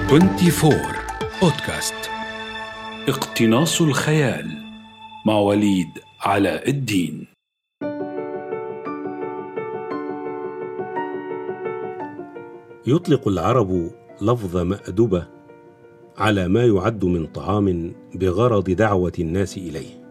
24 بودكاست. اقتناص الخيال مع وليد علاء الدين. يطلق العرب لفظ مأدبة على ما يعد من طعام بغرض دعوة الناس إليه،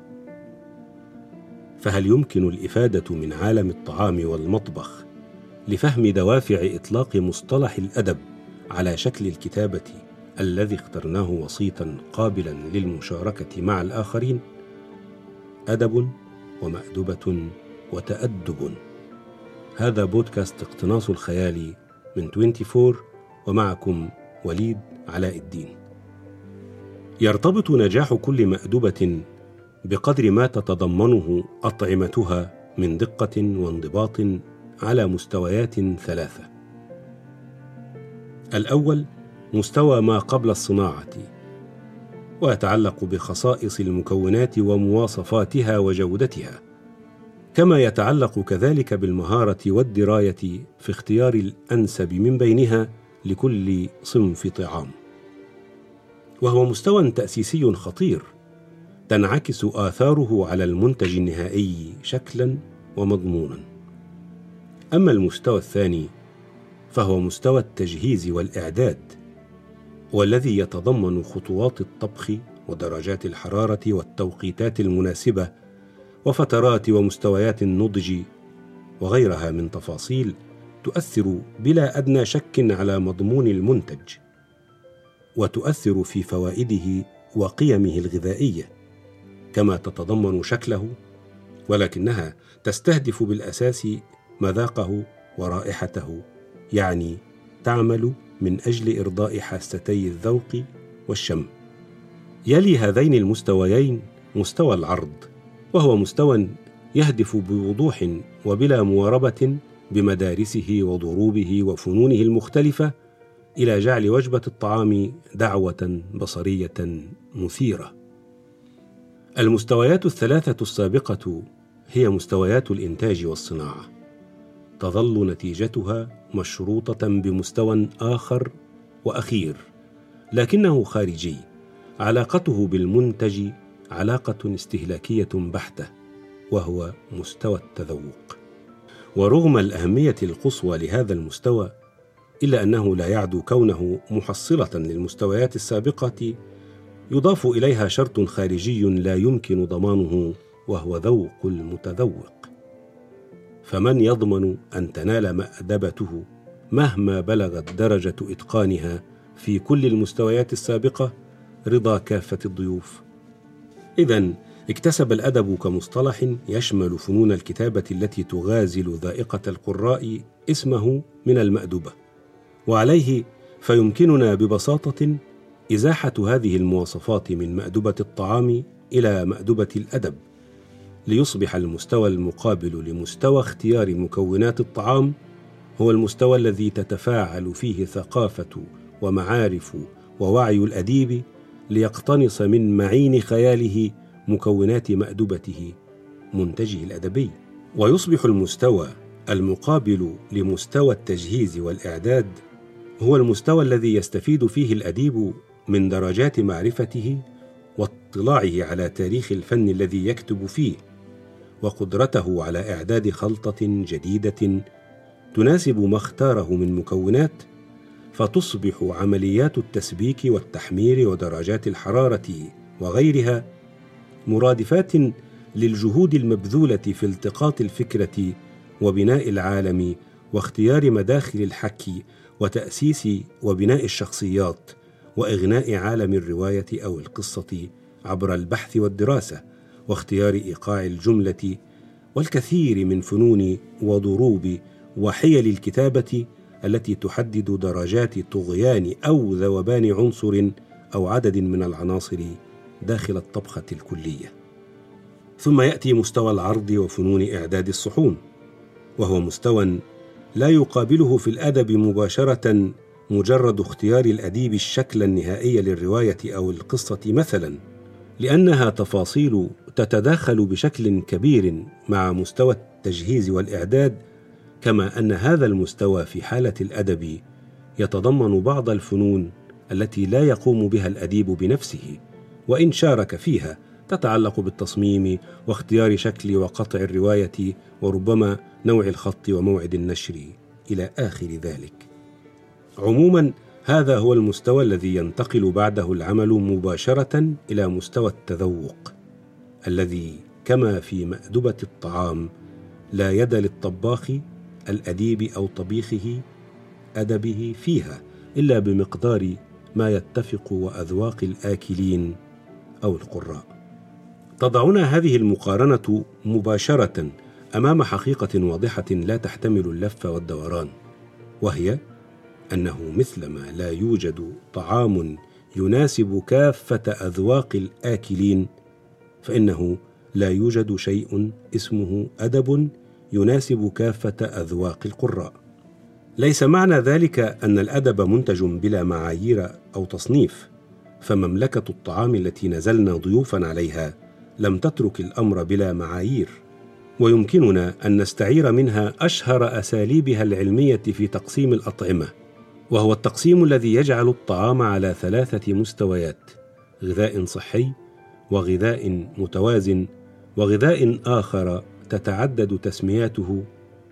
فهل يمكن الإفادة من عالم الطعام والمطبخ لفهم دوافع إطلاق مصطلح الأدب على شكل الكتابة الذي اخترناه وسيطا قابلا للمشاركة مع الآخرين؟ أدب ومأدبة وتأدب. هذا بودكاست اقتناص الخيال من 24، ومعكم وليد علاء الدين. يرتبط نجاح كل مأدبة بقدر ما تتضمنه أطعمتها من دقة وانضباط على مستويات ثلاثة. الأول مستوى ما قبل الصناعة، ويتعلق بخصائص المكونات ومواصفاتها وجودتها، كما يتعلق كذلك بالمهارة والدراية في اختيار الأنسب من بينها لكل صنف طعام. وهو مستوى تأسيسي خطير تنعكس آثاره على المنتج النهائي شكلا ومضمونا. أما المستوى الثاني فهو مستوى التجهيز والإعداد، والذي يتضمن خطوات الطبخ ودرجات الحرارة والتوقيتات المناسبة وفترات ومستويات النضج وغيرها من تفاصيل تؤثر بلا أدنى شك على مضمون المنتج، وتؤثر في فوائده وقيمه الغذائية، كما تتضمن شكله، ولكنها تستهدف بالأساس مذاقه ورائحته، يعني تعمل من أجل إرضاء حاستي الذوق والشم. يلي هذين المستويين مستوى العرض، وهو مستوى يهدف بوضوح وبلا مواربة بمدارسه وضروبه وفنونه المختلفة إلى جعل وجبة الطعام دعوة بصرية مثيرة. المستويات الثلاثة السابقة هي مستويات الإنتاج والصناعة، تظل نتيجتها مشروطة بمستوى آخر وأخير لكنه خارجي، علاقته بالمنتج علاقة استهلاكية بحتة، وهو مستوى التذوق. ورغم الأهمية القصوى لهذا المستوى، إلا أنه لا يعدو كونه محصلة للمستويات السابقة يضاف إليها شرط خارجي لا يمكن ضمانه، وهو ذوق المتذوق. فمن يضمن أن تنال مأدبته مهما بلغت درجة إتقانها في كل المستويات السابقة رضا كافة الضيوف؟ إذن اكتسب الأدب كمصطلح يشمل فنون الكتابة التي تغازل ذائقة القراء اسمه من المأدبة، وعليه فيمكننا ببساطة إزاحة هذه المواصفات من مأدبة الطعام إلى مأدبة الأدب، ليصبح المستوى المقابل لمستوى اختيار مكونات الطعام هو المستوى الذي تتفاعل فيه ثقافة ومعارف ووعي الأديب ليقتنص من معين خياله مكونات مأدبته منتجه الأدبي. ويصبح المستوى المقابل لمستوى التجهيز والإعداد هو المستوى الذي يستفيد فيه الأديب من درجات معرفته واطلاعه على تاريخ الفن الذي يكتب فيه، وقدرته على إعداد خلطة جديدة تناسب ما اختاره من مكونات، فتصبح عمليات التسبيك والتحمير ودرجات الحرارة وغيرها مرادفات للجهود المبذولة في التقاط الفكرة وبناء العالم واختيار مداخل الحكي وتأسيس وبناء الشخصيات وإغناء عالم الرواية أو القصة عبر البحث والدراسة واختيار إيقاع الجملة، والكثير من فنون وضروب وحيل الكتابة التي تحدد درجات طغيان أو ذوبان عنصر أو عدد من العناصر داخل الطبخة الكلية. ثم يأتي مستوى العرض وفنون إعداد الصحون، وهو مستوى لا يقابله في الأدب مباشرة مجرد اختيار الأديب الشكل النهائي للرواية أو القصة مثلا، لأنها تفاصيل تتداخل بشكل كبير مع مستوى التجهيز والإعداد، كما أن هذا المستوى في حالة الأدب يتضمن بعض الفنون التي لا يقوم بها الأديب بنفسه، وإن شارك فيها، تتعلق بالتصميم واختيار شكل وقطع الرواية وربما نوع الخط وموعد النشر إلى آخر ذلك. عموما هذا هو المستوى الذي ينتقل بعده العمل مباشرة إلى مستوى التذوق، الذي كما في مأدبة الطعام لا يد للطباخ الأديب أو طبيخه أدبه فيها إلا بمقدار ما يتفق وأذواق الآكلين أو القراء. تضعنا هذه المقارنة مباشرة أمام حقيقة واضحة لا تحتمل اللف والدوران، وهي أنه مثلما لا يوجد طعام يناسب كافة أذواق الآكلين، فإنه لا يوجد شيء اسمه أدب يناسب كافة أذواق القراء. ليس معنى ذلك أن الأدب منتج بلا معايير أو تصنيف، فمملكة الطعام التي نزلنا ضيوفا عليها لم تترك الأمر بلا معايير، ويمكننا أن نستعير منها أشهر أساليبها العلمية في تقسيم الأطعمة، وهو التقسيم الذي يجعل الطعام على 3 مستويات: غذاء صحي، وغذاء متوازن، وغذاء آخر تتعدد تسمياته،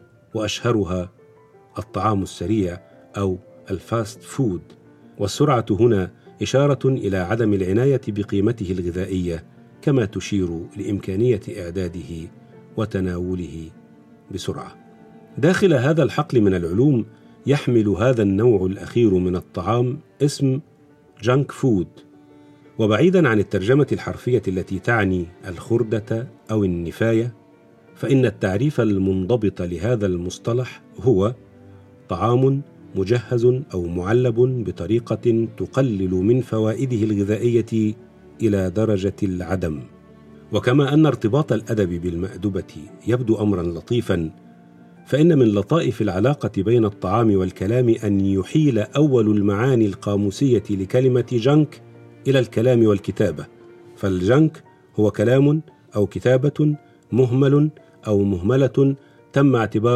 وأشهرها الطعام السريع أو الفاست فود. والسرعة هنا إشارة إلى عدم العناية بقيمته الغذائية، كما تشير لإمكانية إعداده وتناوله بسرعة. داخل هذا الحقل من العلوم يحمل هذا النوع الأخير من الطعام اسم جانك فود، وبعيدا عن الترجمة الحرفية التي تعني الخردة أو النفاية، فإن التعريف المنضبط لهذا المصطلح هو طعام مجهز أو معلب بطريقة تقلل من فوائده الغذائية إلى درجة العدم. وكما أن ارتباط الأدب بالمأدبة يبدو أمرا لطيفا، فإن من لطائف العلاقة بين الطعام والكلام أن يحيل أول المعاني القاموسية لكلمة جانك إلى الكلام والكتابة، فالجانك هو كلام أو كتابة مهمل أو مهملة تم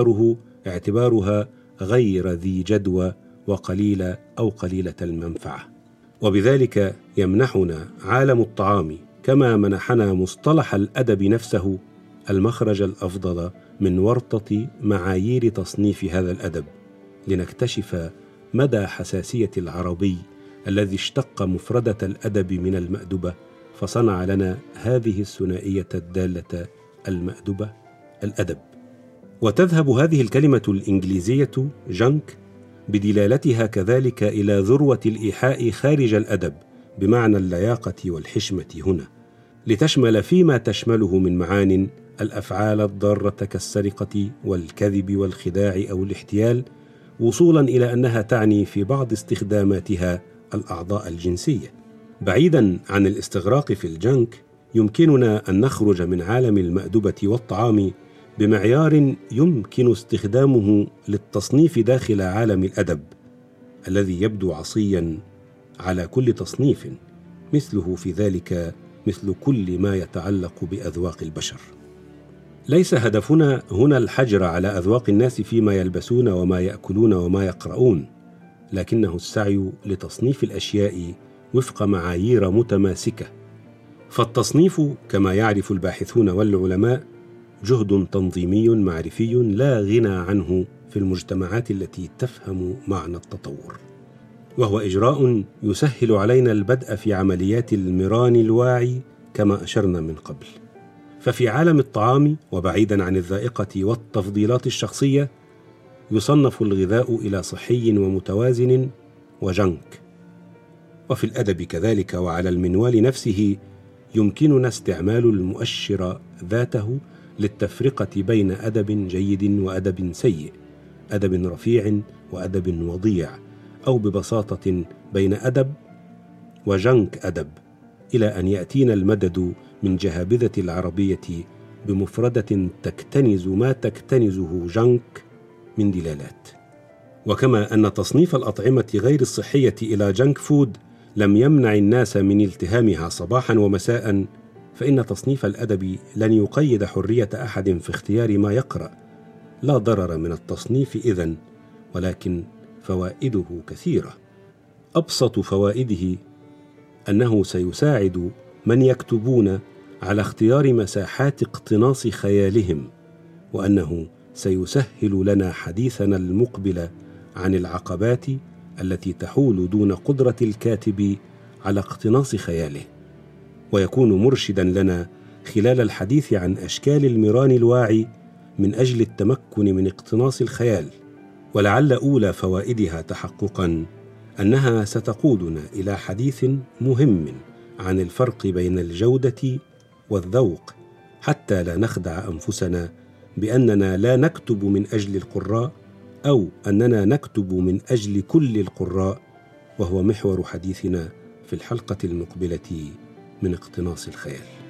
اعتبارها غير ذي جدوى وقليلة أو قليلة المنفعة. وبذلك يمنحنا عالم الطعام كما منحنا مصطلح الأدب نفسه المخرج الأفضل من ورطة معايير تصنيف هذا الأدب، لنكتشف مدى حساسية العربي الذي اشتق مفردة الأدب من المأدبة، فصنع لنا هذه الثنائية الدالة المأدبة الأدب. وتذهب هذه الكلمة الإنجليزية جانك بدلالتها كذلك إلى ذروة الإيحاء خارج الأدب بمعنى اللياقة والحشمة هنا، لتشمل فيما تشمله من معان الأفعال الضارة كالسرقة والكذب والخداع أو الاحتيال، وصولا إلى أنها تعني في بعض استخداماتها الأعضاء الجنسية. بعيدا عن الاستغراق في الجانك، يمكننا أن نخرج من عالم المأدبة والطعام بمعيار يمكن استخدامه للتصنيف داخل عالم الأدب، الذي يبدو عصيا على كل تصنيف، مثله في ذلك مثل كل ما يتعلق بأذواق البشر. ليس هدفنا هنا الحجر على أذواق الناس فيما يلبسون وما يأكلون وما يقرؤون، لكنه السعي لتصنيف الأشياء وفق معايير متماسكة. فالتصنيف كما يعرف الباحثون والعلماء جهد تنظيمي معرفي لا غنى عنه في المجتمعات التي تفهم معنى التطور، وهو إجراء يسهل علينا البدء في عمليات المران الواعي كما أشرنا من قبل. ففي عالم الطعام وبعيدا عن الذائقة والتفضيلات الشخصية يصنف الغذاء إلى صحي ومتوازن وجنك. وفي الأدب كذلك وعلى المنوال نفسه يمكننا استعمال المؤشر ذاته للتفرقة بين أدب جيد وأدب سيء، أدب رفيع وأدب وضيع، أو ببساطة بين أدب وجنك أدب، إلى أن يأتينا المدد من جهابذة العربية بمفردة تكتنز ما تكتنزه جنك من دلالات. وكما أن تصنيف الأطعمة غير الصحية إلى جنك فود لم يمنع الناس من التهامها صباحا ومساء، فإن تصنيف الأدب لن يقيد حرية أحد في اختيار ما يقرأ. لا ضرر من التصنيف إذن، ولكن فوائده كثيرة. أبسط فوائده أنه سيساعد من يكتبون على اختيار مساحات اقتناص خيالهم، وأنه سيسهل لنا حديثنا المقبل عن العقبات التي تحول دون قدرة الكاتب على اقتناص خياله، ويكون مرشدا لنا خلال الحديث عن أشكال المران الواعي من أجل التمكن من اقتناص الخيال. ولعل أولى فوائدها تحققا أنها ستقودنا إلى حديث مهم عن الفرق بين الجودة والذوق، حتى لا نخدع أنفسنا بأننا لا نكتب من أجل القراء أو أننا نكتب من أجل كل القراء، وهو محور حديثنا في الحلقة المقبلة من اقتناص الخيال.